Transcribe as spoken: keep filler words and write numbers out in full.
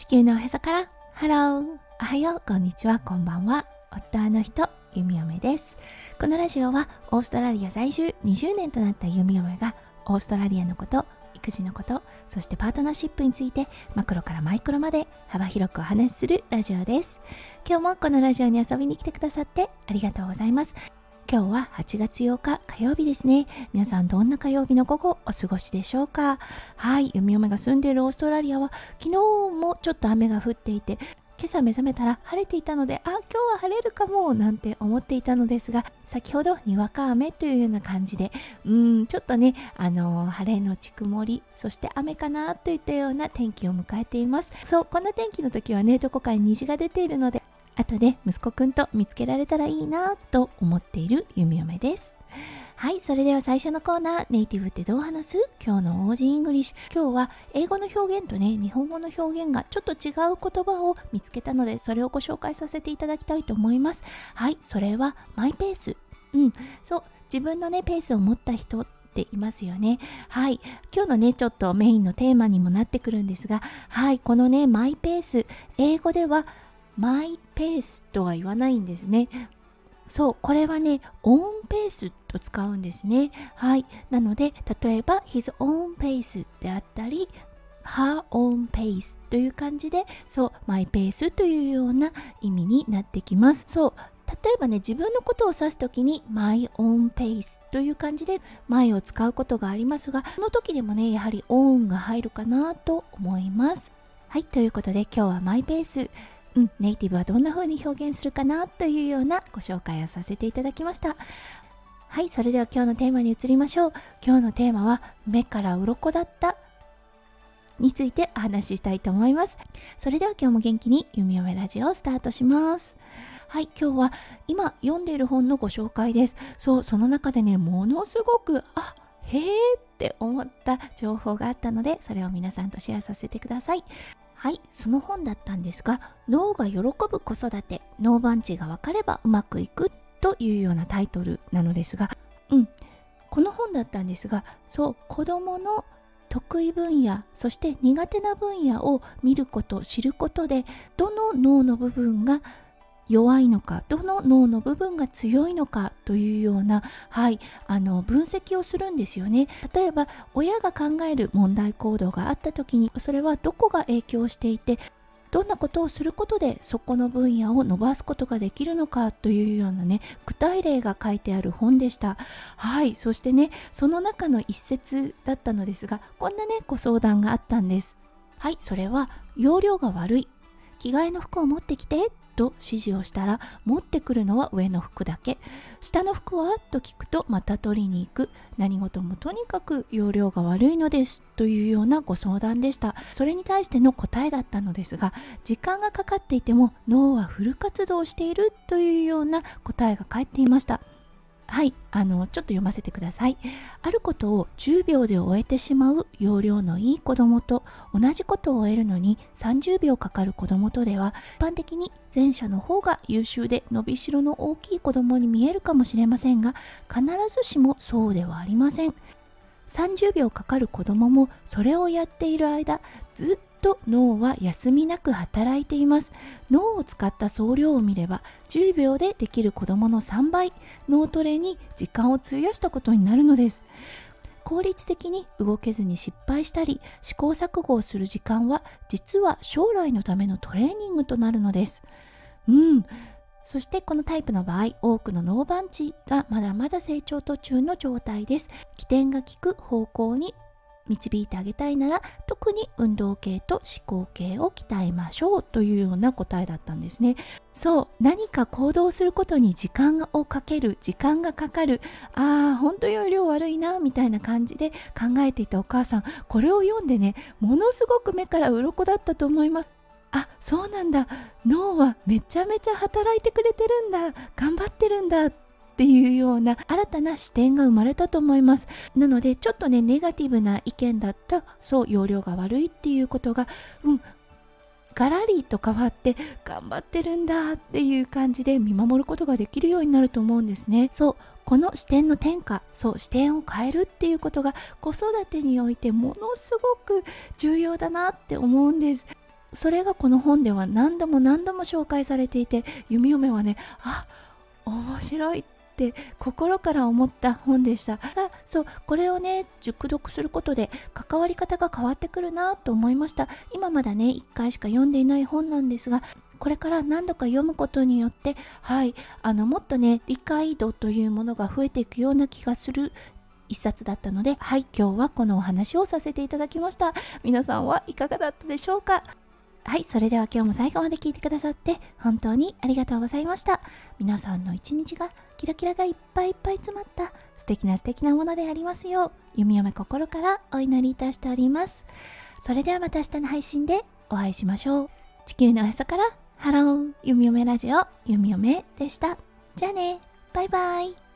球のおへそからハロー、おはよう、こんにちは、こんばんは。夫の人、ゆみおめです。このラジオはオーストラリア在住にじゅうねんとなったゆみおめがオーストラリアのこと、育児のこと、そしてパートナーシップについてマクロからマイクロまで幅広くお話しするラジオです。今日もこのラジオに遊びに来てくださってありがとうございます。今日ははちがつようか火曜日ですね。皆さんどんな火曜日の午後お過ごしでしょうか。はい、ゆみおめが住んでいるオーストラリアは昨日もちょっと雨が降っていて、今朝目覚めたら晴れていたので、あ、今日は晴れるかもなんて思っていたのですが、先ほどにわか雨というような感じで、うーんちょっとね、あのー、晴れのち曇り、そして雨かなといったような天気を迎えています。そう、こんな天気の時はね、どこかに虹が出ているので、後で息子くんと見つけられたらいいなと思っているゆみおめです。はい、それでは最初のコーナー、ネイティブってどう話す？今日のオージーイングリッシュ。今日は英語の表現とね、日本語の表現がちょっと違う言葉を見つけたので、それをご紹介させていただきたいと思います。はい、それはマイペース。うん、そう、自分のね、ペースを持った人っていますよね。はい、今日のね、ちょっとメインのテーマにもなってくるんですが、はい、このね、マイペース、英語ではマイペースとは言わないんですね。そう、これはね、オンペースと使うんですね。はい。なので、例えば his own pace であったり her own pace という感じで、そう、マイペースというような意味になってきます。そう、例えばね、自分のことを指すときに my own pace という感じで前を使うことがありますが、その時でもね、やはり own が入るかなと思います。はい、ということで今日はマイペース、うん、ネイティブはどんな風に表現するかなというようなご紹介をさせていただきました。はい、それでは今日のテーマに移りましょう。今日のテーマは目から鱗だったについてお話ししたいと思います。それでは今日も元気にゆみおめラジオをスタートします。はい、今日は今読んでいる本のご紹介です。そう、その中でね、ものすごくあへーって思った情報があったので、それを皆さんとシェアさせてください。はい、その本だったんですが、脳が喜ぶ子育て、脳番地が分かればうまくいくというようなタイトルなのですが、うん、この本だったんですが、そう、子供の得意分野、そして苦手な分野を見ること、知ることで、どの脳の部分が弱いのか、どの脳の部分が強いのかというような、はい、あの分析をするんですよね。例えば親が考える問題行動があった時に、それはどこが影響していて、どんなことをすることでそこの分野を伸ばすことができるのかというようなね、具体例が書いてある本でした。はい、そしてね、その中の一節だったのですが、こんなねご相談があったんです。はい、それは容量が悪い、着替えの服を持ってきてと指示をしたら、持ってくるのは上の服だけ、下の服はと聞くとまた取りに行く、何事もとにかく容量が悪いのですというようなご相談でした。それに対しての答えだったのですが、時間がかかっていても脳はフル活動しているというような答えが返っていました。はい、あのちょっと読ませてください。あることをじゅうびょうで終えてしまう容量のいい子供と、同じことを終えるのにさんじゅうびょうかかる子供とでは、一般的に前者の方が優秀で伸びしろの大きい子供に見えるかもしれませんが、必ずしもそうではありません。さんじゅうびょうかかる子供もそれをやっている間、ずっと脳は休みなく働いています。脳を使った総量を見れば、じゅうびょうでできる子供のさんばい、脳トレに時間を費やしたことになるのです。効率的に動けずに失敗したり、試行錯誤をする時間は、実は将来のためのトレーニングとなるのです。うん。そしてこのタイプの場合、多くの脳番地がまだまだ成長途中の状態です。起点が利く方向に導いてあげたいなら、特に運動系と思考系を鍛えましょうというような答えだったんですね。そう、何か行動することに時間をかける、時間がかかる、ああ本当容量悪いなみたいな感じで考えていたお母さん、これを読んでね、ものすごく目から鱗だったと思います。あ、そうなんだ、脳はめちゃめちゃ働いてくれてるんだ、頑張ってるんだっていうような新たな視点が生まれたと思います。なのでちょっとねネガティブな意見だった、そう容量が悪いっていうことが、うんガラリと変わって、頑張ってるんだっていう感じで見守ることができるようになると思うんですね。そう、この視点の転換、そう視点を変えるっていうことが子育てにおいてものすごく重要だなって思うんです。 それがこの本では何度も何度も紹介されていて、弓嫁はね、あ、面白いって心から思った本でした。そう、これをね熟読することで関わり方が変わってくるなと思いました。今まだねいっかいしか読んでいない本なんですが、これから何度か読むことによって、はい、あのもっとね理解度というものが増えていくような気がする一冊だったので、はい、今日はこのお話をさせていただきました。皆さんはいかがだったでしょうか。はい、それでは今日も最後まで聞いてくださって本当にありがとうございました。皆さんの一日がキラキラがいっぱいいっぱい詰まった素敵な素敵なものでありますよう、弓嫁心からお祈りいたしております。それではまた明日の配信でお会いしましょう。地球のおへそからハロー、弓嫁ラジオ弓嫁でした。じゃあね、バイバイ。